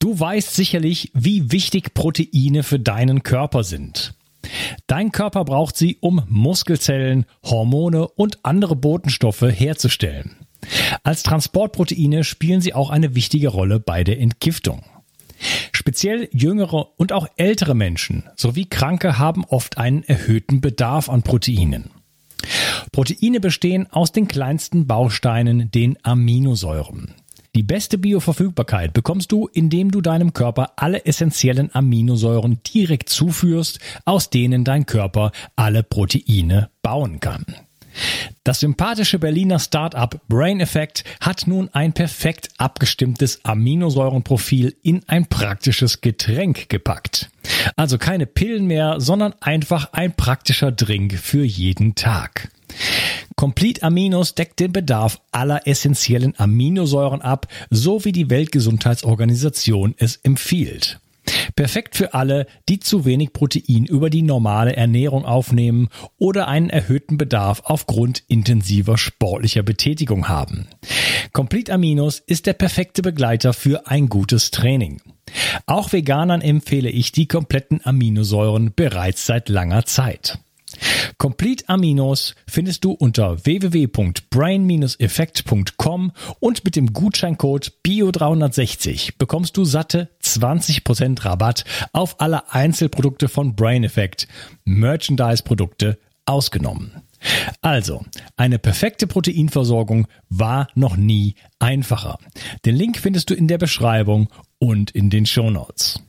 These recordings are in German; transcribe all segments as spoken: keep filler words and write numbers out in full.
Du weißt sicherlich, wie wichtig Proteine für deinen Körper sind. Dein Körper braucht sie, um Muskelzellen, Hormone und andere Botenstoffe herzustellen. Als Transportproteine spielen sie auch eine wichtige Rolle bei der Entgiftung. Speziell jüngere und auch ältere Menschen sowie Kranke haben oft einen erhöhten Bedarf an Proteinen. Proteine bestehen aus den kleinsten Bausteinen, den Aminosäuren. Die beste Bioverfügbarkeit bekommst du, indem du deinem Körper alle essentiellen Aminosäuren direkt zuführst, aus denen dein Körper alle Proteine bauen kann. Das sympathische Berliner Start-up Brain Effect hat nun ein perfekt abgestimmtes Aminosäurenprofil in ein praktisches Getränk gepackt. Also keine Pillen mehr, sondern einfach ein praktischer Drink für jeden Tag. Complete Aminos deckt den Bedarf aller essentiellen Aminosäuren ab, so wie die Weltgesundheitsorganisation es empfiehlt. Perfekt für alle, die zu wenig Protein über die normale Ernährung aufnehmen oder einen erhöhten Bedarf aufgrund intensiver sportlicher Betätigung haben. Complete Aminos ist der perfekte Begleiter für ein gutes Training. Auch Veganern empfehle ich die kompletten Aminosäuren bereits seit langer Zeit. Complete Aminos findest du unter w w w punkt brain dash effect punkt com und mit dem Gutscheincode B I O dreihundertsechzig bekommst du satte zwanzig Prozent Rabatt auf alle Einzelprodukte von Brain Effect, Merchandise-Produkte ausgenommen. Also, eine perfekte Proteinversorgung war noch nie einfacher. Den Link findest du in der Beschreibung und in den Shownotes.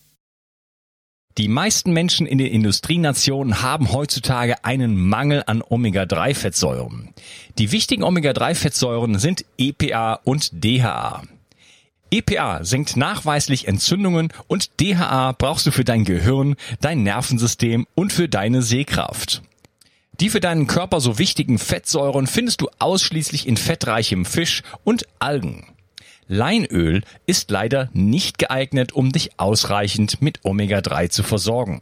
Die meisten Menschen in den Industrienationen haben heutzutage einen Mangel an Omega drei Fettsäuren. Die wichtigen Omega drei Fettsäuren sind E P A und D H A. E P A senkt nachweislich Entzündungen und D H A brauchst du für dein Gehirn, dein Nervensystem und für deine Sehkraft. Die für deinen Körper so wichtigen Fettsäuren findest du ausschließlich in fettreichem Fisch und Algen. Leinöl ist leider nicht geeignet, um dich ausreichend mit Omega drei zu versorgen.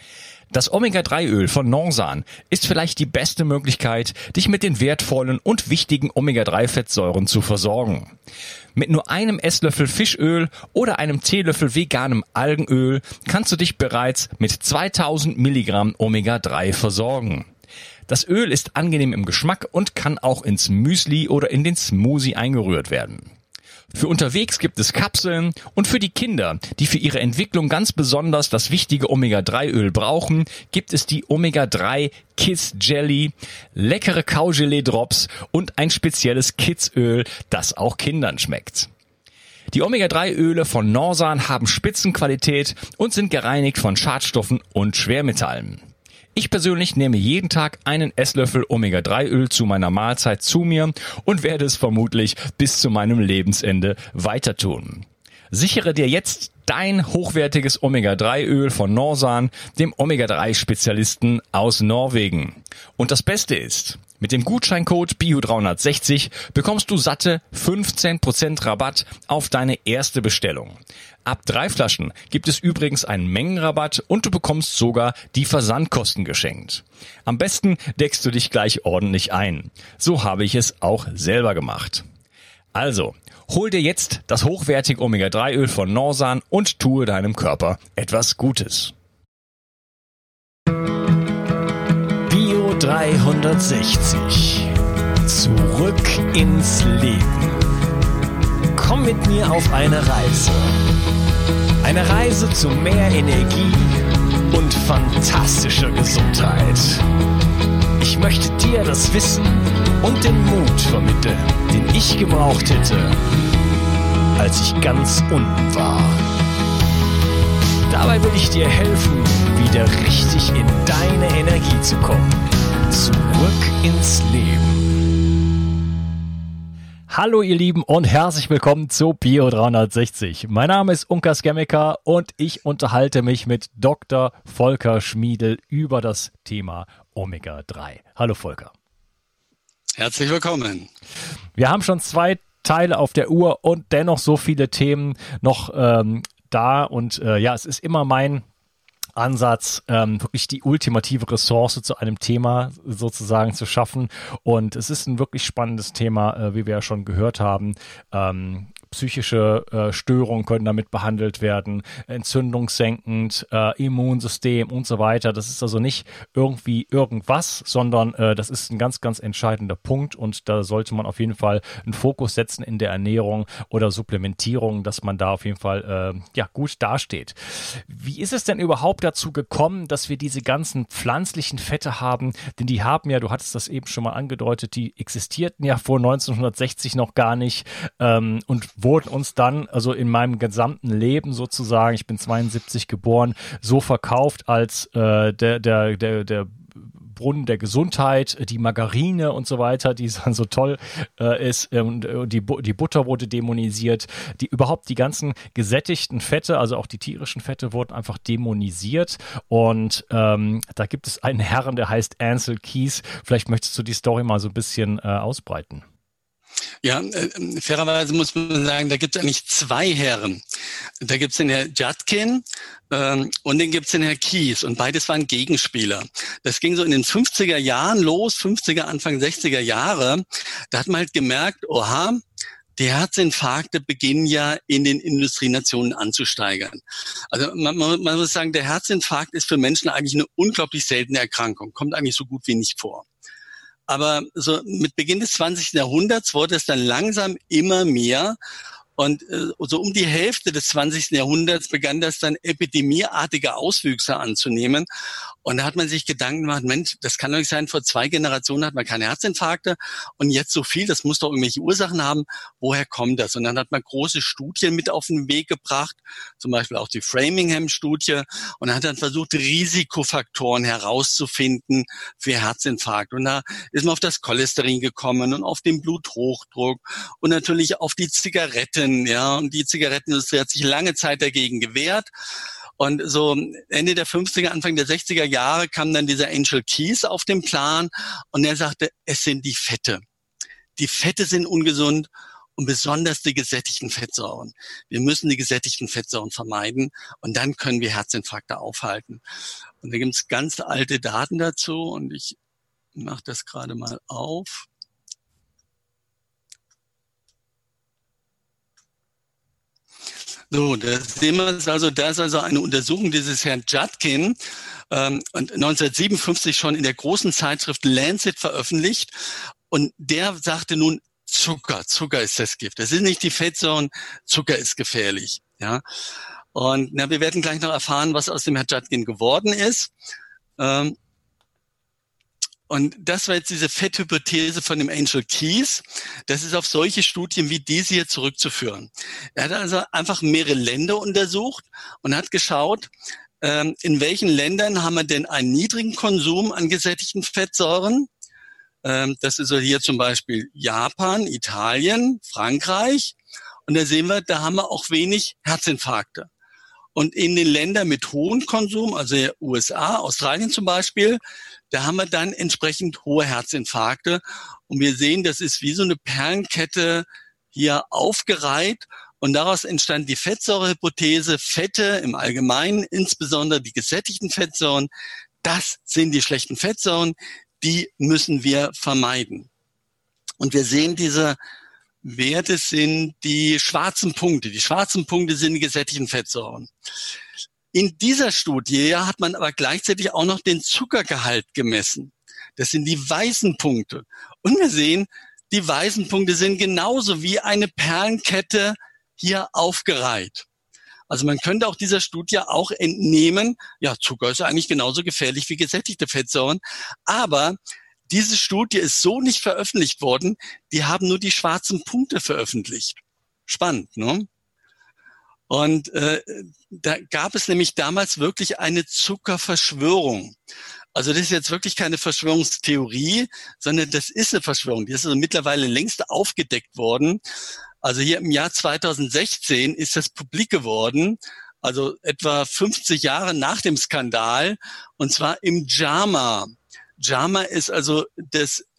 Das Omega drei Öl von Norsan ist vielleicht die beste Möglichkeit, dich mit den wertvollen und wichtigen Omega drei Fettsäuren zu versorgen. Mit nur einem Esslöffel Fischöl oder einem Teelöffel veganem Algenöl kannst du dich bereits mit zweitausend Milligramm Omega drei versorgen. Das Öl ist angenehm im Geschmack und kann auch ins Müsli oder in den Smoothie eingerührt werden. Für unterwegs gibt es Kapseln und für die Kinder, die für ihre Entwicklung ganz besonders das wichtige Omega drei Öl brauchen, gibt es die Omega drei Kids Jelly, leckere Kaugelee Drops und ein spezielles Kids Öl, das auch Kindern schmeckt. Die Omega drei Öle von Norsan haben Spitzenqualität und sind gereinigt von Schadstoffen und Schwermetallen. Ich persönlich nehme jeden Tag einen Esslöffel Omega drei Öl zu meiner Mahlzeit zu mir und werde es vermutlich bis zu meinem Lebensende weiter tun. Sichere dir jetzt dein hochwertiges Omega drei Öl von Norsan, dem Omega drei Spezialisten aus Norwegen. Und das Beste ist, mit dem Gutscheincode B I O dreihundertsechzig bekommst du satte fünfzehn Prozent Rabatt auf deine erste Bestellung. Ab drei Flaschen gibt es übrigens einen Mengenrabatt und du bekommst sogar die Versandkosten geschenkt. Am besten deckst du dich gleich ordentlich ein. So habe ich es auch selber gemacht. Also, hol dir jetzt das hochwertige Omega drei Öl von Norsan und tue deinem Körper etwas Gutes. B I O dreihundertsechzig. Zurück ins Leben. Komm mit mir auf eine Reise. Eine Reise zu mehr Energie und fantastischer Gesundheit. Ich möchte dir das Wissen und den Mut vermitteln, den ich gebraucht hätte, als ich ganz unten war. Dabei will ich dir helfen, wieder richtig in deine Energie zu kommen. Zurück ins Leben. Hallo ihr Lieben und herzlich willkommen zu B I O dreihundertsechzig. Mein Name ist Unkas Gemmeka und ich unterhalte mich mit Doktor Volker Schmiedl über das Thema Omega drei. Hallo Volker. Herzlich willkommen. Wir haben schon zwei Teile auf der Uhr und dennoch so viele Themen noch ähm, da und äh, ja, es ist immer mein Ansatz, ähm, wirklich die ultimative Ressource zu einem Thema sozusagen zu schaffen. Und es ist ein wirklich spannendes Thema, äh, wie wir ja schon gehört haben. Ähm, psychische äh, Störungen können damit behandelt werden, entzündungssenkend, äh, Immunsystem und so weiter. Das ist also nicht irgendwie irgendwas, sondern äh, das ist ein ganz, ganz entscheidender Punkt und da sollte man auf jeden Fall einen Fokus setzen in der Ernährung oder Supplementierung, dass man da auf jeden Fall äh, ja gut dasteht. Wie ist es denn überhaupt dazu gekommen, dass wir diese ganzen pflanzlichen Fette haben? Denn die haben ja, du hattest das eben schon mal angedeutet, die existierten ja vor neunzehnhundertsechzig noch gar nicht ähm, und wurden uns dann, also in meinem gesamten Leben sozusagen, ich bin zweiundsiebzig geboren, so verkauft als äh, der, der, der, der Brunnen der Gesundheit, die Margarine und so weiter, die dann so toll äh, ist und äh, die, Bu- die Butter wurde dämonisiert, die überhaupt die ganzen gesättigten Fette, also auch die tierischen Fette wurden einfach dämonisiert und ähm, da gibt es einen Herrn, der heißt Ancel Keys, vielleicht möchtest du die Story mal so ein bisschen äh, ausbreiten. Ja, äh, fairerweise muss man sagen, da gibt es eigentlich zwei Herren. Da gibt es den Herr Judkin ähm, und den gibt es den Herr Keys und beides waren Gegenspieler. Das ging so in den fünfziger Jahren los, fünfziger, Anfang sechziger Jahre. Da hat man halt gemerkt, oha, die Herzinfarkte beginnen ja in den Industrienationen anzusteigern. Also man, man, man muss sagen, der Herzinfarkt ist für Menschen eigentlich eine unglaublich seltene Erkrankung, kommt eigentlich so gut wie nicht vor. Aber so mit Beginn des zwanzigsten Jahrhunderts wurde es dann langsam immer mehr. Und äh, so um die Hälfte des zwanzigsten Jahrhunderts begann das dann epidemieartige Auswüchse anzunehmen. Und da hat man sich Gedanken gemacht, Mensch, das kann doch nicht sein, vor zwei Generationen hat man keine Herzinfarkte und jetzt so viel, das muss doch irgendwelche Ursachen haben. Woher kommt das? Und dann hat man große Studien mit auf den Weg gebracht, zum Beispiel auch die Framingham-Studie. Und hat dann versucht, Risikofaktoren herauszufinden für Herzinfarkt. Und da ist man auf das Cholesterin gekommen und auf den Bluthochdruck und natürlich auf die Zigaretten. Ja, und die Zigarettenindustrie hat sich lange Zeit dagegen gewehrt. Und so Ende der fünfziger, Anfang der sechziger Jahre kam dann dieser Ancel Keys auf den Plan und er sagte, es sind die Fette. Die Fette sind ungesund und besonders die gesättigten Fettsäuren. Wir müssen die gesättigten Fettsäuren vermeiden und dann können wir Herzinfarkte aufhalten. Und da gibt es ganz alte Daten dazu und ich mache das gerade mal auf. So, da sehen wir es also, da ist also eine Untersuchung dieses Herrn Judkin ähm, und neunzehnhundertsiebenundfünfzig schon in der großen Zeitschrift Lancet veröffentlicht und der sagte nun, Zucker, Zucker ist das Gift. Das ist nicht die Fettsäuren, Zucker ist gefährlich. Ja, und na, wir werden gleich noch erfahren, was aus dem Herrn Judkin geworden ist. Ähm, Und das war jetzt diese Fetthypothese von dem Ancel Keys. Das ist auf solche Studien wie diese hier zurückzuführen. Er hat also einfach mehrere Länder untersucht und hat geschaut, in welchen Ländern haben wir denn einen niedrigen Konsum an gesättigten Fettsäuren. Das ist so hier zum Beispiel Japan, Italien, Frankreich. Und da sehen wir, da haben wir auch wenig Herzinfarkte. Und in den Ländern mit hohem Konsum, also U S A, Australien zum Beispiel, da haben wir dann entsprechend hohe Herzinfarkte. Und wir sehen, das ist wie so eine Perlenkette hier aufgereiht. Und daraus entstand die Fettsäurehypothese. Fette im Allgemeinen, insbesondere die gesättigten Fettsäuren, das sind die schlechten Fettsäuren, die müssen wir vermeiden. Und wir sehen diese Werte sind die schwarzen Punkte. Die schwarzen Punkte sind die gesättigten Fettsäuren. In dieser Studie hat man aber gleichzeitig auch noch den Zuckergehalt gemessen. Das sind die weißen Punkte. Und wir sehen, die weißen Punkte sind genauso wie eine Perlenkette hier aufgereiht. Also man könnte auch dieser Studie auch entnehmen, ja, Zucker ist eigentlich genauso gefährlich wie gesättigte Fettsäuren. Aber diese Studie ist so nicht veröffentlicht worden, die haben nur die schwarzen Punkte veröffentlicht. Spannend, ne? Und äh, da gab es nämlich damals wirklich eine Zuckerverschwörung. Also das ist jetzt wirklich keine Verschwörungstheorie, sondern das ist eine Verschwörung. Die ist also mittlerweile längst aufgedeckt worden. Also hier im Jahr zweitausendsechzehn ist das publik geworden, also etwa fünfzig Jahre nach dem Skandal, und zwar im JAMA. JAMA ist also das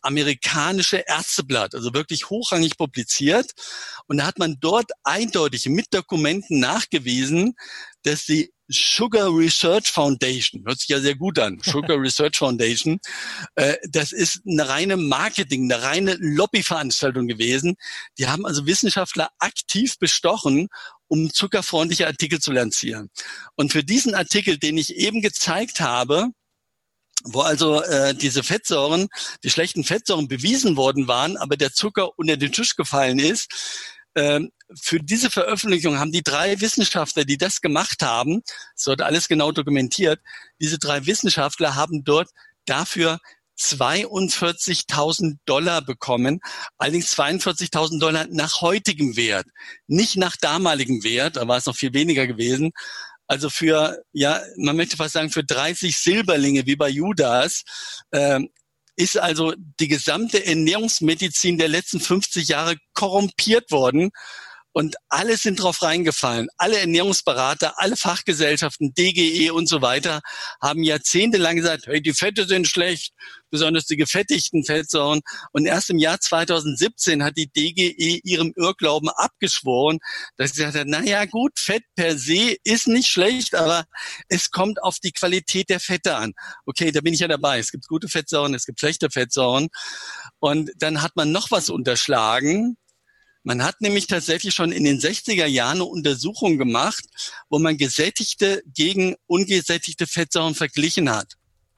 amerikanische Ärzteblatt, also wirklich hochrangig publiziert. Und da hat man dort eindeutig mit Dokumenten nachgewiesen, dass die Sugar Research Foundation, hört sich ja sehr gut an, Sugar Research Foundation, äh, das ist eine reine Marketing, eine reine Lobbyveranstaltung gewesen. Die haben also Wissenschaftler aktiv bestochen, um zuckerfreundliche Artikel zu lancieren. Und für diesen Artikel, den ich eben gezeigt habe, wo also äh, diese Fettsäuren, die schlechten Fettsäuren bewiesen worden waren, aber der Zucker unter den Tisch gefallen ist, ähm, für diese Veröffentlichung haben die drei Wissenschaftler, die das gemacht haben, es wird alles genau dokumentiert, diese drei Wissenschaftler haben dort dafür zweiundvierzigtausend Dollar bekommen, allerdings zweiundvierzigtausend Dollar nach heutigem Wert, nicht nach damaligem Wert, da war es noch viel weniger gewesen. Also für, ja, man möchte fast sagen, für dreißig Silberlinge wie bei Judas, ähm, ist also die gesamte Ernährungsmedizin der letzten fünfzig Jahre korrumpiert worden. Und alle sind drauf reingefallen. Alle Ernährungsberater, alle Fachgesellschaften, D G E und so weiter, haben jahrzehntelang gesagt, hey, die Fette sind schlecht, besonders die gefettigten Fettsäuren. Und erst im Jahr zweitausendsiebzehn hat die D G E ihrem Irrglauben abgeschworen, dass sie gesagt hat, na ja, gut, Fett per se ist nicht schlecht, aber es kommt auf die Qualität der Fette an. Okay, da bin ich ja dabei. Es gibt gute Fettsäuren, es gibt schlechte Fettsäuren. Und dann hat man noch was unterschlagen. Man hat nämlich tatsächlich schon in den sechziger Jahren eine Untersuchung gemacht, wo man gesättigte gegen ungesättigte Fettsäuren verglichen hat.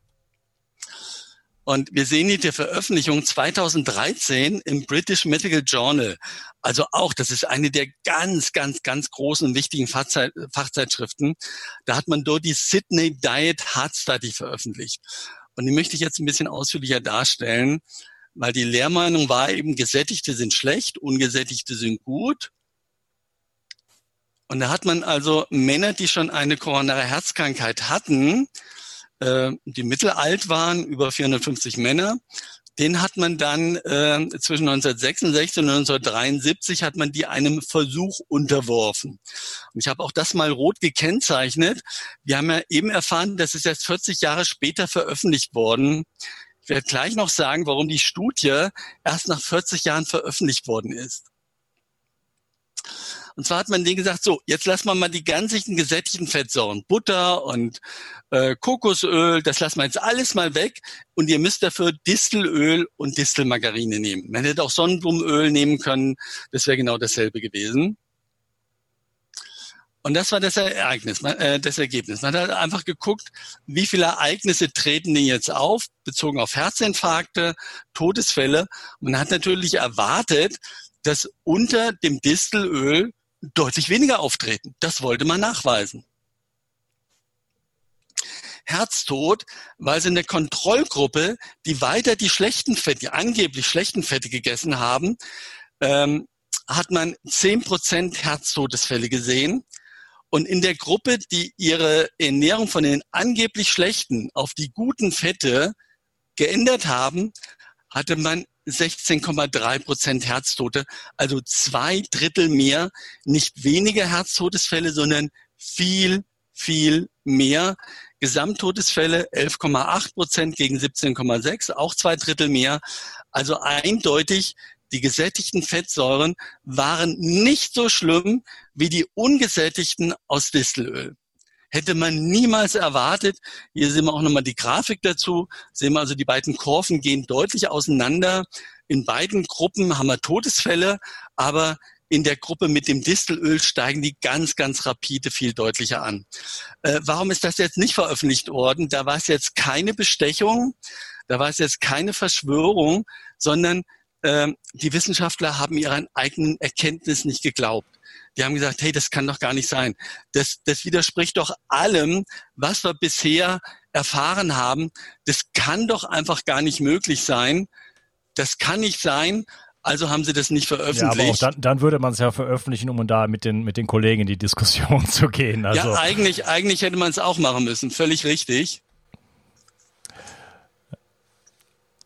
Und wir sehen hier die Veröffentlichung zweitausenddreizehn im British Medical Journal. Also auch, das ist eine der ganz, ganz, ganz großen und wichtigen Fachzeit- Fachzeitschriften. Da hat man dort die Sydney Diet Heart Study veröffentlicht. Und die möchte ich jetzt ein bisschen ausführlicher darstellen. Weil die Lehrmeinung war eben, Gesättigte sind schlecht, Ungesättigte sind gut. Und da hat man also Männer, die schon eine koronare Herzkrankheit hatten, äh, die mittelalt waren, über vierhundertfünfzig Männer, den hat man dann äh, zwischen neunzehnhundertsechsundsechzig und neunzehnhundertdreiundsiebzig hat man die einem Versuch unterworfen. Und ich habe auch das mal rot gekennzeichnet. Wir haben ja eben erfahren, das ist erst vierzig Jahre später veröffentlicht worden. Ich werde gleich noch sagen, warum die Studie erst nach vierzig Jahren veröffentlicht worden ist. Und zwar hat man denen gesagt, so, jetzt lassen wir mal die ganzen gesättigten Fettsäuren, Butter und äh, Kokosöl, das lassen wir jetzt alles mal weg und ihr müsst dafür Distelöl und Distelmargarine nehmen. Man hätte auch Sonnenblumenöl nehmen können, das wäre genau dasselbe gewesen. Und das war das Ereignis, äh, das Ergebnis. Man hat einfach geguckt, wie viele Ereignisse treten denn jetzt auf, bezogen auf Herzinfarkte, Todesfälle. Und man hat natürlich erwartet, dass unter dem Distelöl deutlich weniger auftreten. Das wollte man nachweisen. Herztod, weil sie in der Kontrollgruppe, die weiter die schlechten Fette, die angeblich schlechten Fette gegessen haben, ähm, hat man zehn Prozent Herztodesfälle gesehen. Und in der Gruppe, die ihre Ernährung von den angeblich schlechten auf die guten Fette geändert haben, hatte man sechzehn Komma drei Prozent Herztote, also zwei Drittel mehr, nicht weniger Herztodesfälle, sondern viel, viel mehr. Gesamttodesfälle elf Komma acht Prozent gegen siebzehn Komma sechs, auch zwei Drittel mehr. Also eindeutig, die gesättigten Fettsäuren waren nicht so schlimm wie die ungesättigten aus Distelöl. Hätte man niemals erwartet. Hier sehen wir auch nochmal die Grafik dazu. Sehen wir also, die beiden Kurven gehen deutlich auseinander. In beiden Gruppen haben wir Todesfälle, aber in der Gruppe mit dem Distelöl steigen die ganz, ganz rapide viel deutlicher an. Äh, warum ist das jetzt nicht veröffentlicht worden? Da war es jetzt keine Bestechung, da war es jetzt keine Verschwörung, sondern äh, die Wissenschaftler haben ihren eigenen Erkenntnissen nicht geglaubt. Die haben gesagt, hey, das kann doch gar nicht sein. Das, das widerspricht doch allem, was wir bisher erfahren haben. Das kann doch einfach gar nicht möglich sein. Das kann nicht sein. Also haben sie das nicht veröffentlicht. Ja, aber auch dann, dann würde man es ja veröffentlichen, um da mit den, mit den Kollegen in die Diskussion zu gehen. Also. Ja, eigentlich, eigentlich hätte man es auch machen müssen. Völlig richtig.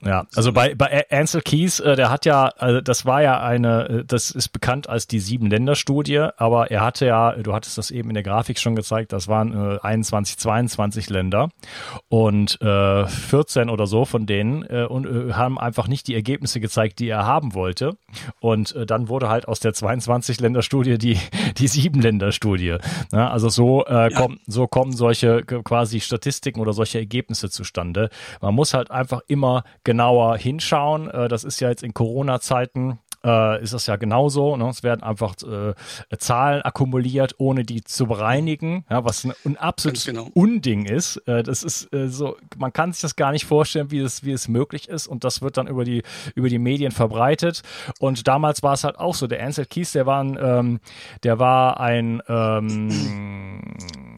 Ja, also bei, bei Ancel Keys, äh, der hat ja, also das war ja eine, das ist bekannt als die Sieben-Länder-Studie, aber er hatte ja, du hattest das eben in der Grafik schon gezeigt, das waren äh, einundzwanzig, zweiundzwanzig Länder und äh, vierzehn oder so von denen äh, und äh, haben einfach nicht die Ergebnisse gezeigt, die er haben wollte. Und äh, dann wurde halt aus der zweiundzwanzig-Länder-Studie die, die Sieben-Länder-Studie. Ja, also so, äh, ja. kommen, so kommen solche quasi Statistiken oder solche Ergebnisse zustande. Man muss halt einfach immer genauer hinschauen. Das ist ja jetzt in Corona-Zeiten äh, ist das ja genauso. Ne? Es werden einfach äh, Zahlen akkumuliert, ohne die zu bereinigen, ja, was ein, ein absolutes genau. Unding ist. Äh, das ist äh, so, man kann sich das gar nicht vorstellen, wie es, wie es möglich ist. Und das wird dann über die, über die Medien verbreitet. Und damals war es halt auch so. Der Ancel Keys, der war ein, ähm, der war ein ähm,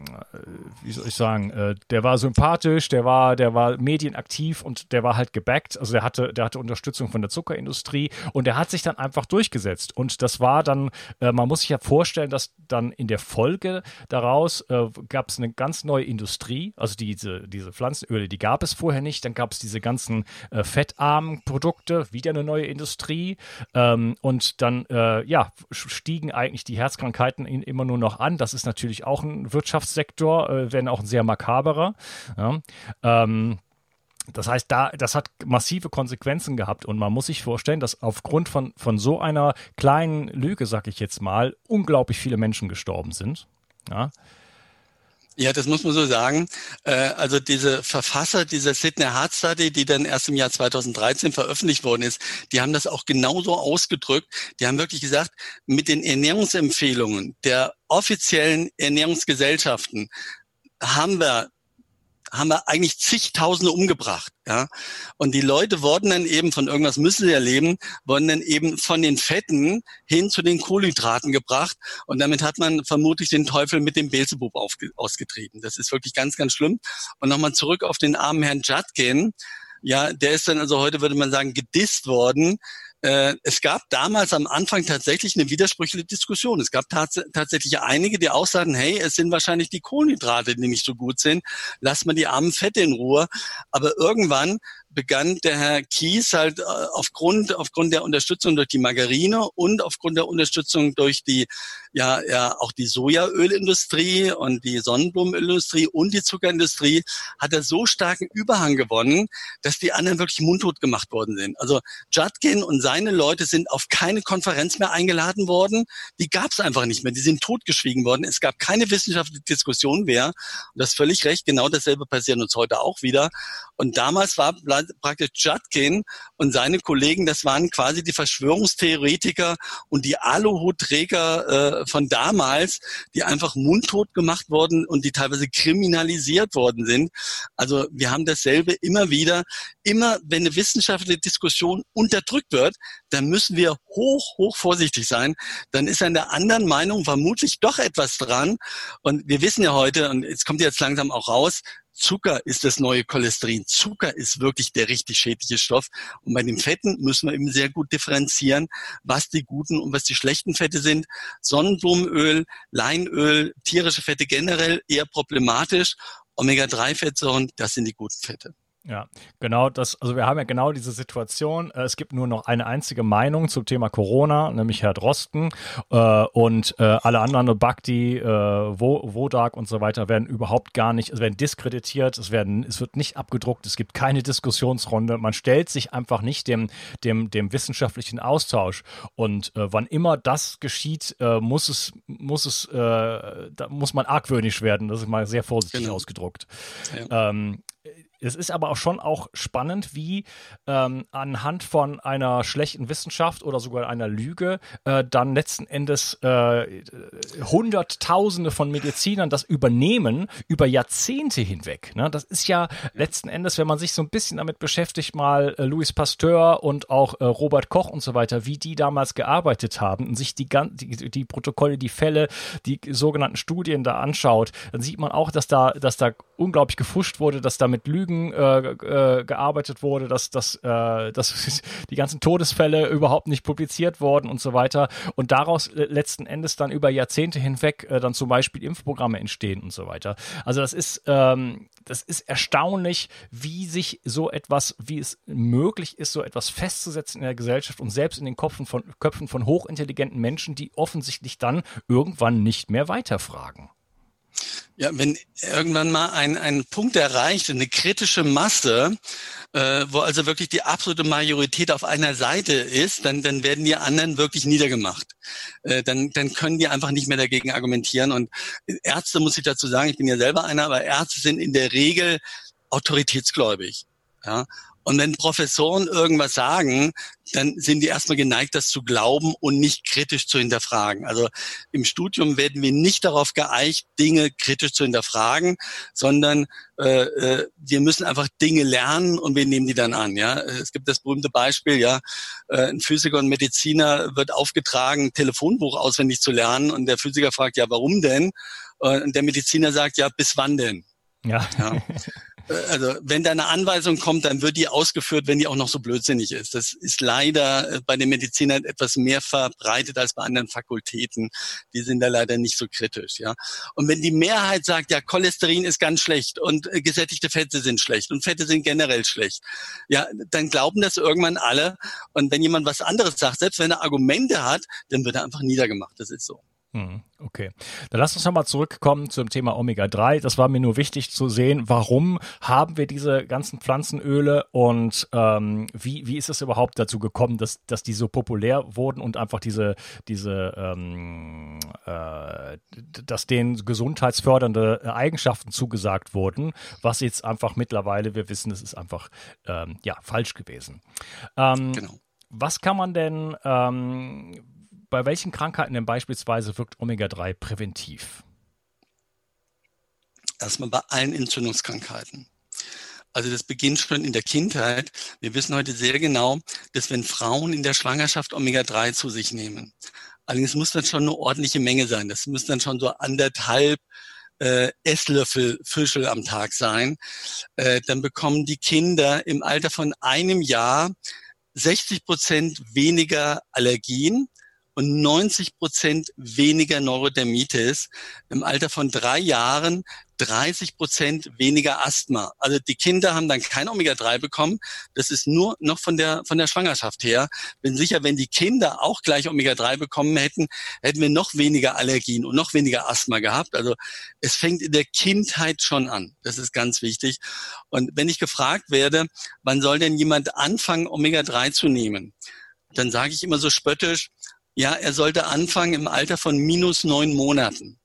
wie soll ich sagen, äh, der war sympathisch, der war, der war medienaktiv und der war halt gebackt, also der hatte, der hatte Unterstützung von der Zuckerindustrie und der hat sich dann einfach durchgesetzt und das war dann, äh, man muss sich ja vorstellen, dass dann in der Folge daraus äh, gab es eine ganz neue Industrie, also diese, diese Pflanzenöle, die gab es vorher nicht, dann gab es diese ganzen äh, fettarmen Produkte, wieder eine neue Industrie ähm, und dann, äh, ja, stiegen eigentlich die Herzkrankheiten in, immer nur noch an, das ist natürlich auch ein Wirtschaftssektor, äh, wenn auch ein sehr makaberer. Ja. Ähm, das heißt, da, das hat massive Konsequenzen gehabt und man muss sich vorstellen, dass aufgrund von, von so einer kleinen Lüge, sag ich jetzt mal, unglaublich viele Menschen gestorben sind. Ja. Ja, das muss man so sagen. Also diese Verfasser dieser Sydney Heart Study, die dann erst im Jahr zweitausenddreizehn veröffentlicht worden ist, die haben das auch genauso ausgedrückt. Die haben wirklich gesagt, mit den Ernährungsempfehlungen der offiziellen Ernährungsgesellschaften haben wir haben wir eigentlich zigtausende umgebracht, ja. Und die Leute wurden dann eben, von irgendwas müssen sie ja leben, wurden dann eben von den Fetten hin zu den Kohlenhydraten gebracht. Und damit hat man vermutlich den Teufel mit dem Beelzebub aufge- ausgetrieben. Das ist wirklich ganz, ganz schlimm. Und nochmal zurück auf den armen Herrn Judkin. Ja, der ist dann also heute, würde man sagen, gedisst worden. Es gab damals am Anfang tatsächlich eine widersprüchliche Diskussion. Es gab tats- tatsächlich einige, die auch sagten, hey, es sind wahrscheinlich die Kohlenhydrate, die nicht so gut sind. Lass mal die armen Fette in Ruhe. Aber irgendwann begann der Herr Keys halt äh, aufgrund aufgrund der Unterstützung durch die Margarine und aufgrund der Unterstützung durch die ja ja auch die Sojaölindustrie und die Sonnenblumenölindustrie und die Zuckerindustrie hat er so starken Überhang gewonnen, dass die anderen wirklich mundtot gemacht worden sind. Also Judkin und seine Leute sind auf keine Konferenz mehr eingeladen worden. Die gab es einfach nicht mehr. Die sind totgeschwiegen worden. Es gab keine wissenschaftliche Diskussion mehr. Und das ist völlig recht. Genau dasselbe passiert uns heute auch wieder. Und damals war praktisch Judkin und seine Kollegen, das waren quasi die Verschwörungstheoretiker und die Aluhutträger äh, von damals, die einfach mundtot gemacht wurden und die teilweise kriminalisiert worden sind. Also wir haben dasselbe immer wieder. Immer wenn eine wissenschaftliche Diskussion unterdrückt wird, dann müssen wir hoch, hoch vorsichtig sein. Dann ist an der anderen Meinung vermutlich doch etwas dran. Und wir wissen ja heute, und jetzt kommt jetzt langsam auch raus, Zucker ist das neue Cholesterin. Zucker ist wirklich der richtig schädliche Stoff. Und bei den Fetten müssen wir eben sehr gut differenzieren, was die guten und was die schlechten Fette sind. Sonnenblumenöl, Leinöl, tierische Fette generell eher problematisch. Omega drei Fettsäuren, das sind die guten Fette. Ja, genau das, also wir haben ja genau diese Situation, es gibt nur noch eine einzige Meinung zum Thema Corona, nämlich Herr Drosten äh, und äh, alle anderen, Bhakti, äh, Wodak und so weiter werden überhaupt gar nicht, es werden diskreditiert, es werden, es wird nicht abgedruckt, es gibt keine Diskussionsrunde, man stellt sich einfach nicht dem, dem, dem wissenschaftlichen Austausch und äh, wann immer das geschieht, äh, muss es, muss es, äh, da muss man argwöhnisch werden, das ist mal sehr vorsichtig genau. ausgedruckt. Ja. Ähm, Es ist aber auch schon auch spannend, wie ähm, anhand von einer schlechten Wissenschaft oder sogar einer Lüge äh, dann letzten Endes äh, Hunderttausende von Medizinern das übernehmen über Jahrzehnte hinweg. Ne? Das ist ja letzten Endes, wenn man sich so ein bisschen damit beschäftigt, mal äh, Louis Pasteur und auch äh, Robert Koch und so weiter, wie die damals gearbeitet haben und sich die, die, die Protokolle, die Fälle, die sogenannten Studien da anschaut, dann sieht man auch, dass da, dass da unglaublich gefuscht wurde, dass da mit Lügen äh, äh, gearbeitet wurde, dass, dass, äh, dass die ganzen Todesfälle überhaupt nicht publiziert wurden und so weiter. Und daraus letzten Endes dann über Jahrzehnte hinweg äh, dann zum Beispiel Impfprogramme entstehen und so weiter. Also das ist, ähm, das ist erstaunlich, wie sich so etwas, wie es möglich ist, so etwas festzusetzen in der Gesellschaft und selbst in den Köpfen von, Köpfen von hochintelligenten Menschen, die offensichtlich dann irgendwann nicht mehr weiterfragen. Ja, wenn irgendwann mal ein, ein Punkt erreicht, eine kritische Masse, äh, wo also wirklich die absolute Majorität auf einer Seite ist, dann, dann werden die anderen wirklich niedergemacht. Äh, dann, dann können die einfach nicht mehr dagegen argumentieren. Und Ärzte, muss ich dazu sagen, ich bin ja selber einer, aber Ärzte sind in der Regel autoritätsgläubig. Ja. Und wenn Professoren irgendwas sagen, dann sind die erstmal geneigt, das zu glauben und nicht kritisch zu hinterfragen. Also im Studium werden wir nicht darauf geeicht, Dinge kritisch zu hinterfragen, sondern äh, äh, wir müssen einfach Dinge lernen und wir nehmen die dann an. Ja, es gibt das berühmte Beispiel, ja, äh, ein Physiker und Mediziner wird aufgetragen, ein Telefonbuch auswendig zu lernen, und der Physiker fragt, ja, warum denn? Und der Mediziner sagt, ja, bis wann denn? Ja. Ja. Also wenn da eine Anweisung kommt, dann wird die ausgeführt, wenn die auch noch so blödsinnig ist. Das ist leider bei den Medizinern etwas mehr verbreitet als bei anderen Fakultäten. Die sind da leider nicht so kritisch. Ja. Und wenn die Mehrheit sagt, ja, Cholesterin ist ganz schlecht und äh, gesättigte Fette sind schlecht und Fette sind generell schlecht, ja, dann glauben das irgendwann alle. Und wenn jemand was anderes sagt, selbst wenn er Argumente hat, dann wird er einfach niedergemacht. Das ist so. Okay, dann lass uns nochmal zurückkommen zum Thema Omega drei. Das war mir nur wichtig zu sehen, warum haben wir diese ganzen Pflanzenöle und ähm, wie wie ist es überhaupt dazu gekommen, dass dass die so populär wurden und einfach diese diese ähm, äh, dass denen gesundheitsfördernde Eigenschaften zugesagt wurden, was jetzt einfach mittlerweile, wir wissen, es ist einfach ähm, ja falsch gewesen. Ähm, Genau. Was kann man denn ähm, Bei welchen Krankheiten denn beispielsweise wirkt Omega drei präventiv? Erstmal bei allen Entzündungskrankheiten. Also das beginnt schon in der Kindheit. Wir wissen heute sehr genau, dass wenn Frauen in der Schwangerschaft Omega drei zu sich nehmen, allerdings muss das schon eine ordentliche Menge sein. Das müssen dann schon so anderthalb äh, Esslöffel Fischl am Tag sein. Äh, dann bekommen die Kinder im Alter von einem Jahr sechzig Prozent weniger Allergien und neunzig Prozent weniger Neurodermitis, im Alter von drei Jahren dreißig Prozent weniger Asthma. Also die Kinder haben dann kein Omega drei bekommen. Das ist nur noch von der von der Schwangerschaft her. Bin sicher, wenn die Kinder auch gleich Omega drei bekommen hätten, hätten wir noch weniger Allergien und noch weniger Asthma gehabt. Also es fängt in der Kindheit schon an. Das ist ganz wichtig. Und wenn ich gefragt werde, wann soll denn jemand anfangen, Omega drei zu nehmen, dann sage ich immer so spöttisch, ja, er sollte anfangen im Alter von minus neun Monaten.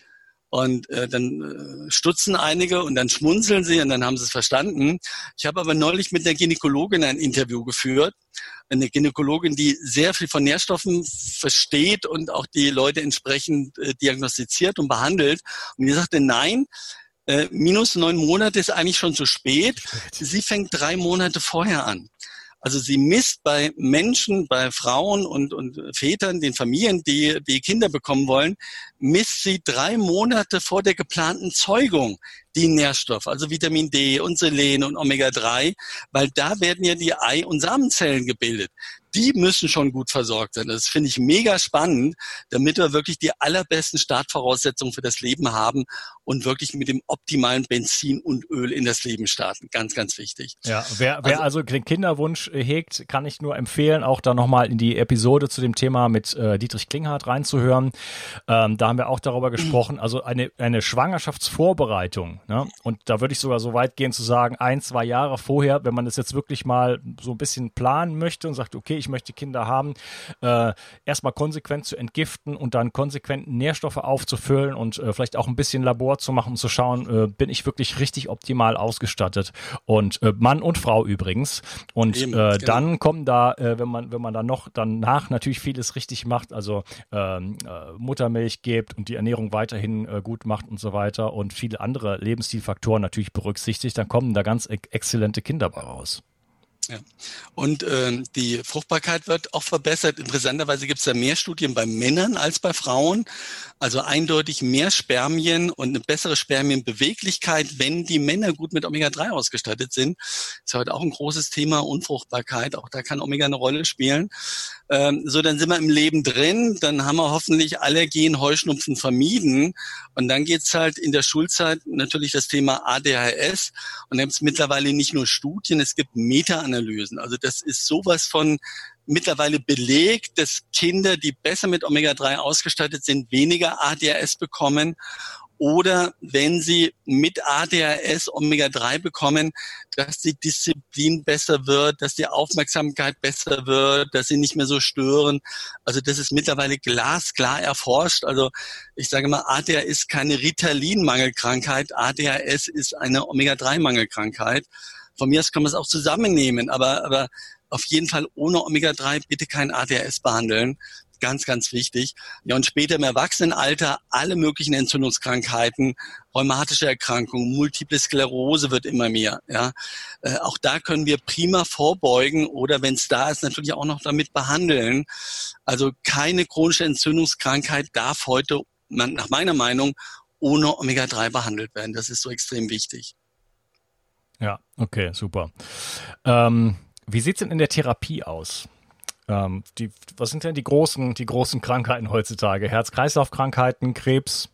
Und äh, dann äh, stutzen einige und dann schmunzeln sie und dann haben sie es verstanden. Ich habe aber neulich mit einer Gynäkologin ein Interview geführt. Eine Gynäkologin, die sehr viel von Nährstoffen versteht und auch die Leute entsprechend äh, diagnostiziert und behandelt. Und die sagte, nein, äh, minus neun Monate ist eigentlich schon zu spät. Sie fängt drei Monate vorher an. Also sie misst bei Menschen, bei Frauen und, und Vätern, den Familien, die, die Kinder bekommen wollen, misst sie drei Monate vor der geplanten Zeugung die Nährstoffe, also Vitamin D und Selen und Omega drei, weil da werden ja die Ei- und Samenzellen gebildet. Die müssen schon gut versorgt sein. Das finde ich mega spannend, damit wir wirklich die allerbesten Startvoraussetzungen für das Leben haben und wirklich mit dem optimalen Benzin und Öl in das Leben starten. Ganz, ganz wichtig. Ja, wer, wer also, also den Kinderwunsch hegt, kann ich nur empfehlen, auch da nochmal in die Episode zu dem Thema mit äh, Dietrich Klinghardt reinzuhören. Ähm, da haben wir auch darüber gesprochen, also eine, eine Schwangerschaftsvorbereitung. Ne? Und da würde ich sogar so weit gehen zu sagen, ein, zwei Jahre vorher, wenn man das jetzt wirklich mal so ein bisschen planen möchte und sagt, okay, ich möchte Kinder haben, äh, erstmal konsequent zu entgiften und dann konsequent Nährstoffe aufzufüllen und äh, vielleicht auch ein bisschen Labor zu machen und zu schauen, äh, bin ich wirklich richtig optimal ausgestattet. Und äh, Mann und Frau übrigens. Und Eben, äh, genau. dann kommen da, äh, wenn man wenn man dann noch danach natürlich vieles richtig macht, also ähm, äh, Muttermilch gibt und die Ernährung weiterhin äh, gut macht und so weiter und viele andere Lebensstilfaktoren natürlich berücksichtigt, dann kommen da ganz e- exzellente Kinder bei raus. Ja. Und ähm, die Fruchtbarkeit wird auch verbessert. Interessanterweise gibt es da mehr Studien bei Männern als bei Frauen. Also eindeutig mehr Spermien und eine bessere Spermienbeweglichkeit, wenn die Männer gut mit Omega drei ausgestattet sind. Ist heute auch ein großes Thema, Unfruchtbarkeit. Auch da kann Omega eine Rolle spielen. Ähm, so, dann sind wir im Leben drin. Dann haben wir hoffentlich Allergien, Heuschnupfen vermieden. Und dann geht's halt in der Schulzeit natürlich das Thema A D H S. Und da gibt es mittlerweile nicht nur Studien, es gibt Meta-Analysen. Also das ist sowas von mittlerweile belegt, dass Kinder, die besser mit Omega drei ausgestattet sind, weniger A D H S bekommen. Oder wenn sie mit A D H S Omega drei bekommen, dass die Disziplin besser wird, dass die Aufmerksamkeit besser wird, dass sie nicht mehr so stören. Also das ist mittlerweile glasklar erforscht. Also ich sage mal, A D H S ist keine Ritalin-Mangelkrankheit. A D H S ist eine Omega drei Mangelkrankheit. Von mir aus kann man es auch zusammennehmen, aber, aber auf jeden Fall ohne Omega drei bitte kein A D H S behandeln. Ganz, ganz wichtig. Ja, und später im Erwachsenenalter alle möglichen Entzündungskrankheiten, rheumatische Erkrankungen, Multiple Sklerose wird immer mehr. Ja, äh, auch da können wir prima vorbeugen oder wenn es da ist, natürlich auch noch damit behandeln. Also keine chronische Entzündungskrankheit darf heute, man, nach meiner Meinung, ohne Omega drei behandelt werden. Das ist so extrem wichtig. Ja, okay, super. Ähm, wie sieht's denn in der Therapie aus? Ähm, die, was sind denn die großen, die großen Krankheiten heutzutage? Herz-Kreislauf-Krankheiten, Krebs?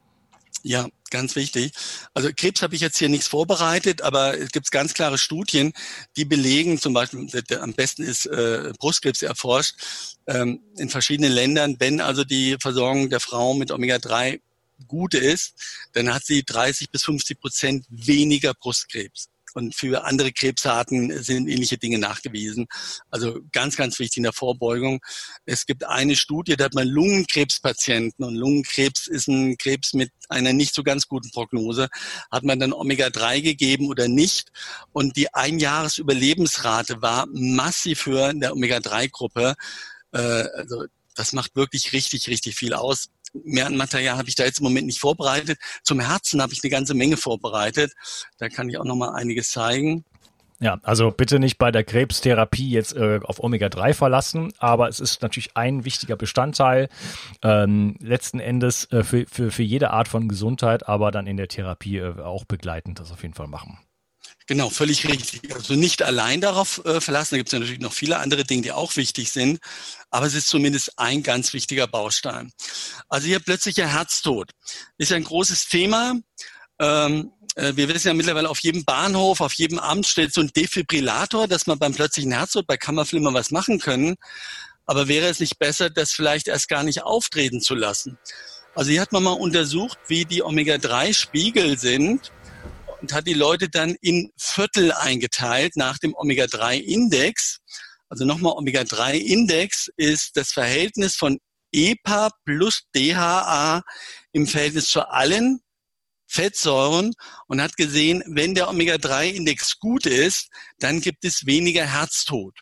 Ja, ganz wichtig. Also Krebs habe ich jetzt hier nichts vorbereitet, aber es gibt ganz klare Studien, die belegen, zum Beispiel, der, am besten ist äh, Brustkrebs erforscht, ähm, in verschiedenen Ländern, wenn also die Versorgung der Frau mit Omega drei gut ist, dann hat sie dreißig bis fünfzig Prozent weniger Brustkrebs. Und für andere Krebsarten sind ähnliche Dinge nachgewiesen. Also ganz, ganz wichtig in der Vorbeugung. Es gibt eine Studie, da hat man Lungenkrebspatienten und Lungenkrebs ist ein Krebs mit einer nicht so ganz guten Prognose. Hat man dann Omega drei gegeben oder nicht? Und die Einjahresüberlebensrate war massiv höher in der Omega drei Gruppe. Äh, also das macht wirklich richtig, richtig viel aus. Mehr an Material habe ich da jetzt im Moment nicht vorbereitet. Zum Herzen habe ich eine ganze Menge vorbereitet. Da kann ich auch noch mal einiges zeigen. Ja, also bitte nicht bei der Krebstherapie jetzt äh, auf Omega drei verlassen, aber es ist natürlich ein wichtiger Bestandteil ähm, letzten Endes äh, für, für, für jede Art von Gesundheit, aber dann in der Therapie äh, auch begleitend das auf jeden Fall machen. Genau, völlig richtig. Also nicht allein darauf äh, verlassen. Da gibt es ja natürlich noch viele andere Dinge, die auch wichtig sind. Aber es ist zumindest ein ganz wichtiger Baustein. Also hier plötzlicher Herztod ist ja ein großes Thema. Ähm, äh, wir wissen ja mittlerweile, auf jedem Bahnhof, auf jedem Amt steht so ein Defibrillator, dass man beim plötzlichen Herztod bei Kammerflimmer was machen können. Aber wäre es nicht besser, das vielleicht erst gar nicht auftreten zu lassen? Also hier hat man mal untersucht, wie die Omega drei Spiegel sind. Und hat die Leute dann in Viertel eingeteilt nach dem Omega drei Index. Also nochmal, Omega drei Index ist das Verhältnis von E P A plus D H A im Verhältnis zu allen Fettsäuren und hat gesehen, wenn der Omega drei Index gut ist, dann gibt es weniger Herztod.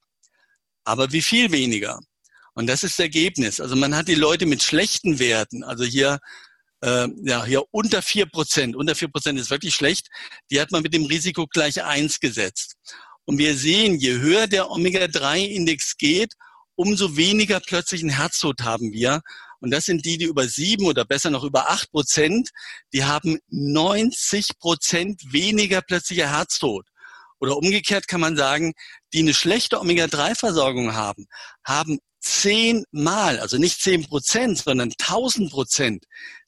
Aber wie viel weniger? Und das ist das Ergebnis. Also man hat die Leute mit schlechten Werten, also hier Äh, ja, hier unter vier Prozent, unter vier Prozent ist wirklich schlecht, die hat man mit dem Risiko gleich eins gesetzt. Und wir sehen, je höher der Omega drei Index geht, umso weniger plötzlichen Herztod haben wir. Und das sind die, die über sieben oder besser noch über acht Prozent, die haben neunzig Prozent weniger plötzlicher Herztod. Oder umgekehrt kann man sagen, die eine schlechte Omega drei Versorgung haben, haben zehnmal, also nicht zehn Prozent, sondern tausend Prozent,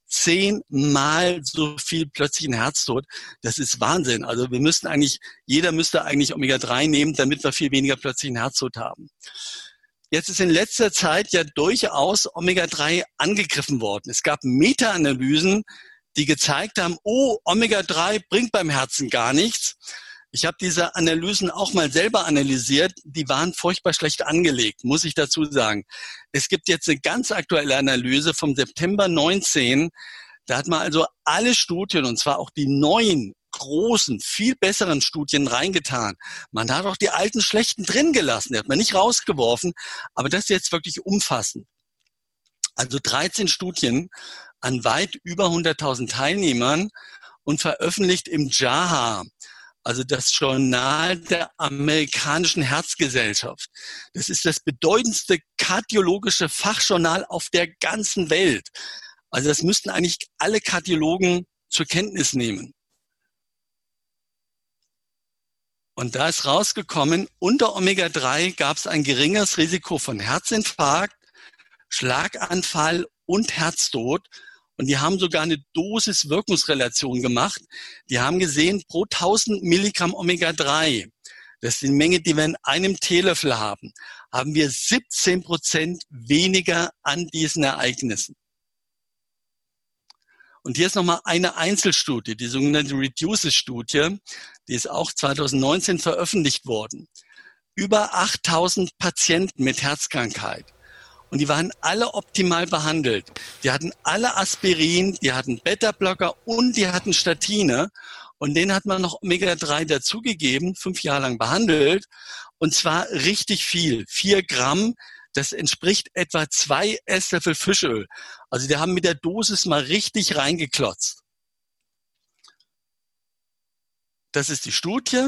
zehnmal so viel plötzlichen Herztod. Das ist Wahnsinn. Also wir müssten eigentlich, jeder müsste eigentlich Omega drei nehmen, damit wir viel weniger plötzlichen Herztod haben. Jetzt ist in letzter Zeit ja durchaus Omega drei angegriffen worden. Es gab Meta-Analysen, die gezeigt haben, oh, Omega drei bringt beim Herzen gar nichts. Ich habe diese Analysen auch mal selber analysiert. Die waren furchtbar schlecht angelegt, muss ich dazu sagen. Es gibt jetzt eine ganz aktuelle Analyse vom September neunzehn. Da hat man also alle Studien, und zwar auch die neuen, großen, viel besseren Studien reingetan. Man hat auch die alten schlechten drin gelassen. Die hat man nicht rausgeworfen. Aber das ist jetzt wirklich umfassend. Also dreizehn Studien an weit über hunderttausend Teilnehmern und veröffentlicht im J A H A. also das Journal der amerikanischen Herzgesellschaft. Das ist das bedeutendste kardiologische Fachjournal auf der ganzen Welt. Also das müssten eigentlich alle Kardiologen zur Kenntnis nehmen. Und da ist rausgekommen, unter Omega drei gab es ein geringeres Risiko von Herzinfarkt, Schlaganfall und Herztod. Und die haben sogar eine Dosis-Wirkungsrelation gemacht. Die haben gesehen, pro tausend Milligramm Omega drei, das ist die Menge, die wir in einem Teelöffel haben, haben wir siebzehn Prozent weniger an diesen Ereignissen. Und hier ist nochmal eine Einzelstudie, die sogenannte Reduces-Studie, die ist auch zwanzig neunzehn veröffentlicht worden. Über achttausend Patienten mit Herzkrankheit. Und die waren alle optimal behandelt. Die hatten alle Aspirin, die hatten Beta-Blocker und die hatten Statine. Und denen hat man noch Omega drei dazugegeben, fünf Jahre lang behandelt. Und zwar richtig viel, vier Gramm. Das entspricht etwa zwei Esslöffel Fischöl. Also die haben mit der Dosis mal richtig reingeklotzt. Das ist die Studie.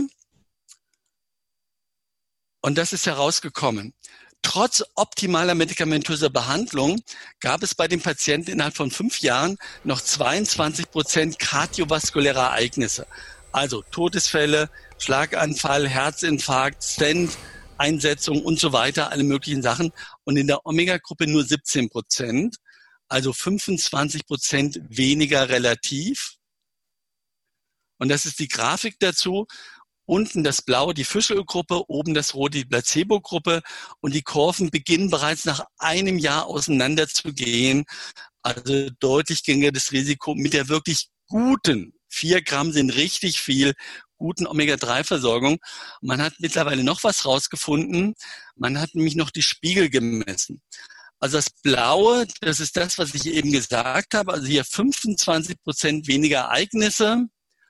Und das ist herausgekommen. Trotz optimaler medikamentöser Behandlung gab es bei den Patienten innerhalb von fünf Jahren noch zweiundzwanzig Prozent kardiovaskuläre Ereignisse. Also Todesfälle, Schlaganfall, Herzinfarkt, Stent, Einsetzung und so weiter, alle möglichen Sachen. Und in der Omega-Gruppe nur siebzehn Prozent, also fünfundzwanzig Prozent weniger relativ. Und das ist die Grafik dazu. Unten das Blaue, die Fischölgruppe, oben das Rote, die Placebo-Gruppe. Und die Kurven beginnen bereits nach einem Jahr auseinander zu gehen. Also deutlich geringer das Risiko mit der wirklich guten, vier Gramm sind richtig viel, guten Omega drei Versorgung. Man hat mittlerweile noch was rausgefunden. Man hat nämlich noch die Spiegel gemessen. Also das Blaue, das ist das, was ich eben gesagt habe. Also hier fünfundzwanzig Prozent weniger Ereignisse.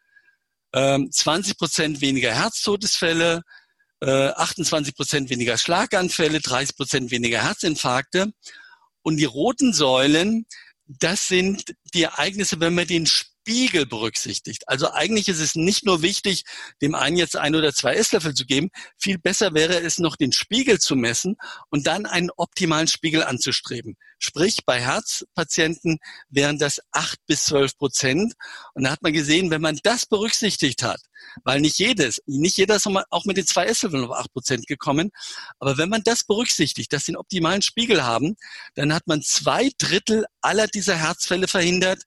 zwanzig Prozent weniger Herztodesfälle, achtundzwanzig Prozent weniger Schlaganfälle, dreißig Prozent weniger Herzinfarkte. Und die roten Säulen, das sind die Ereignisse, wenn man den Spiegel berücksichtigt. Also eigentlich ist es nicht nur wichtig, dem einen jetzt ein oder zwei Esslöffel zu geben. Viel besser wäre es noch, den Spiegel zu messen und dann einen optimalen Spiegel anzustreben. Sprich, bei Herzpatienten wären das acht bis zwölf Prozent. Und da hat man gesehen, wenn man das berücksichtigt hat, weil nicht jedes, nicht jeder ist auch mit den zwei Esslöffeln auf acht Prozent gekommen. Aber wenn man das berücksichtigt, dass sie einen optimalen Spiegel haben, dann hat man zwei Drittel aller dieser Herzfälle verhindert,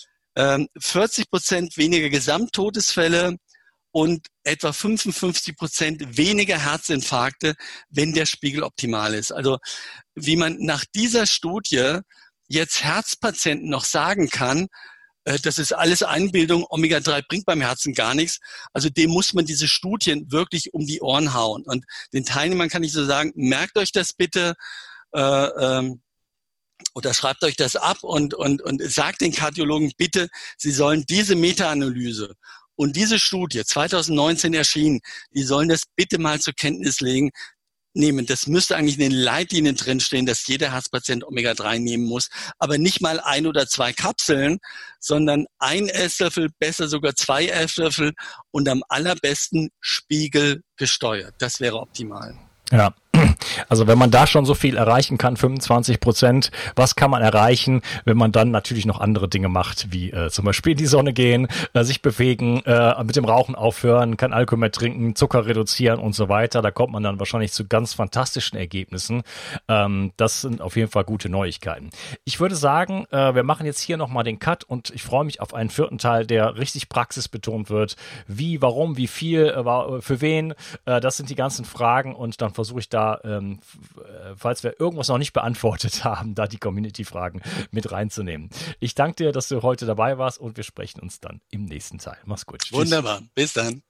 vierzig Prozent weniger Gesamttodesfälle und etwa fünfundfünfzig Prozent weniger Herzinfarkte, wenn der Spiegel optimal ist. Also wie man nach dieser Studie jetzt Herzpatienten noch sagen kann, das ist alles Einbildung, Omega drei bringt beim Herzen gar nichts. Also dem muss man diese Studien wirklich um die Ohren hauen. Und den Teilnehmern kann ich so sagen, merkt euch das bitte, äh, ähm, oder schreibt euch das ab und, und, und sagt den Kardiologen bitte, sie sollen diese Meta-Analyse und diese Studie, zwanzig neunzehn erschienen, die sollen das bitte mal zur Kenntnis legen, nehmen. Das müsste eigentlich in den Leitlinien drinstehen, dass jeder Herzpatient Omega drei nehmen muss, aber nicht mal ein oder zwei Kapseln, sondern ein Esslöffel, besser sogar zwei Esslöffel und am allerbesten Spiegel gesteuert. Das wäre optimal. Ja. Also wenn man da schon so viel erreichen kann, fünfundzwanzig Prozent, was kann man erreichen, wenn man dann natürlich noch andere Dinge macht, wie äh, zum Beispiel in die Sonne gehen, äh, sich bewegen, äh, mit dem Rauchen aufhören, kein Alkohol mehr trinken, Zucker reduzieren und so weiter. Da kommt man dann wahrscheinlich zu ganz fantastischen Ergebnissen. Ähm, das sind auf jeden Fall gute Neuigkeiten. Ich würde sagen, äh, wir machen jetzt hier nochmal den Cut und ich freue mich auf einen vierten Teil, der richtig praxisbetont wird. Wie, warum, wie viel, äh, für wen, äh, das sind die ganzen Fragen und dann versuche ich da Ähm, falls wir irgendwas noch nicht beantwortet haben, da die Community-Fragen mit reinzunehmen. Ich danke dir, dass du heute dabei warst und wir sprechen uns dann im nächsten Teil. Mach's gut. Tschüss. Wunderbar. Bis dann.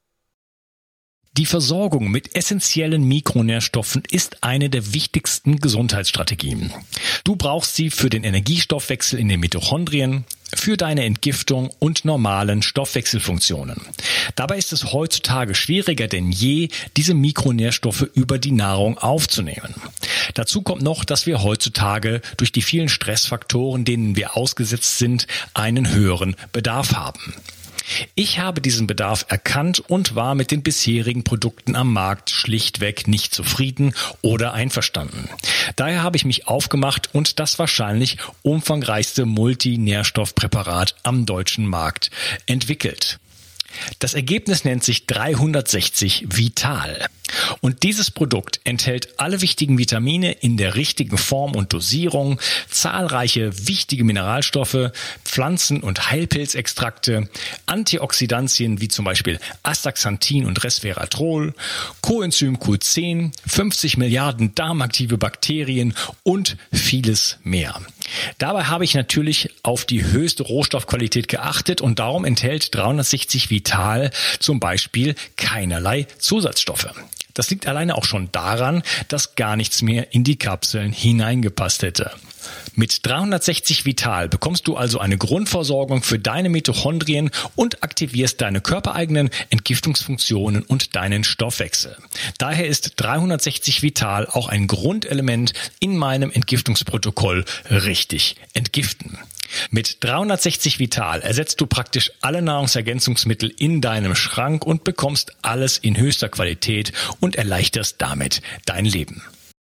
Die Versorgung mit essentiellen Mikronährstoffen ist eine der wichtigsten Gesundheitsstrategien. Du brauchst sie für den Energiestoffwechsel in den Mitochondrien, für deine Entgiftung und normalen Stoffwechselfunktionen. Dabei ist es heutzutage schwieriger denn je, diese Mikronährstoffe über die Nahrung aufzunehmen. Dazu kommt noch, dass wir heutzutage durch die vielen Stressfaktoren, denen wir ausgesetzt sind, einen höheren Bedarf haben. Ich habe diesen Bedarf erkannt und war mit den bisherigen Produkten am Markt schlichtweg nicht zufrieden oder einverstanden. Daher habe ich mich aufgemacht und das wahrscheinlich umfangreichste Multinährstoffpräparat am deutschen Markt entwickelt. Das Ergebnis nennt sich dreihundertsechzig Vital. Und dieses Produkt enthält alle wichtigen Vitamine in der richtigen Form und Dosierung, zahlreiche wichtige Mineralstoffe, Pflanzen- und Heilpilzextrakte, Antioxidantien wie zum Beispiel Astaxanthin und Resveratrol, Coenzym Q zehn, fünfzig Milliarden darmaktive Bakterien und vieles mehr. Dabei habe ich natürlich auf die höchste Rohstoffqualität geachtet und darum enthält dreihundertsechzig Vital zum Beispiel keinerlei Zusatzstoffe. Das liegt alleine auch schon daran, dass gar nichts mehr in die Kapseln hineingepasst hätte. Mit dreihundertsechzig Vital bekommst du also eine Grundversorgung für deine Mitochondrien und aktivierst deine körpereigenen Entgiftungsfunktionen und deinen Stoffwechsel. Daher ist dreihundertsechzig Vital auch ein Grundelement in meinem Entgiftungsprotokoll richtig entgiften. Mit dreihundertsechzig Vital ersetzt du praktisch alle Nahrungsergänzungsmittel in deinem Schrank und bekommst alles in höchster Qualität und erleichterst damit dein Leben.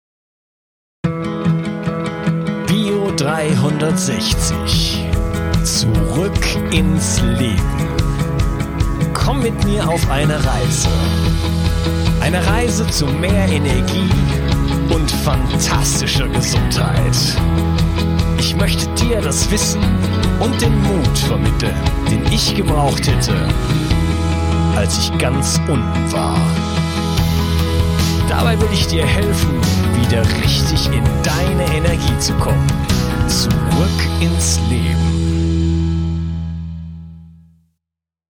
Bio dreihundertsechzig. Zurück ins Leben. Komm mit mir auf eine Reise. Eine Reise zu mehr Energie und fantastischer Gesundheit. Ich möchte dir das Wissen und den Mut vermitteln, den ich gebraucht hätte, als ich ganz unten war. Dabei will ich dir helfen, wieder richtig in deine Energie zu kommen. Zurück ins Leben.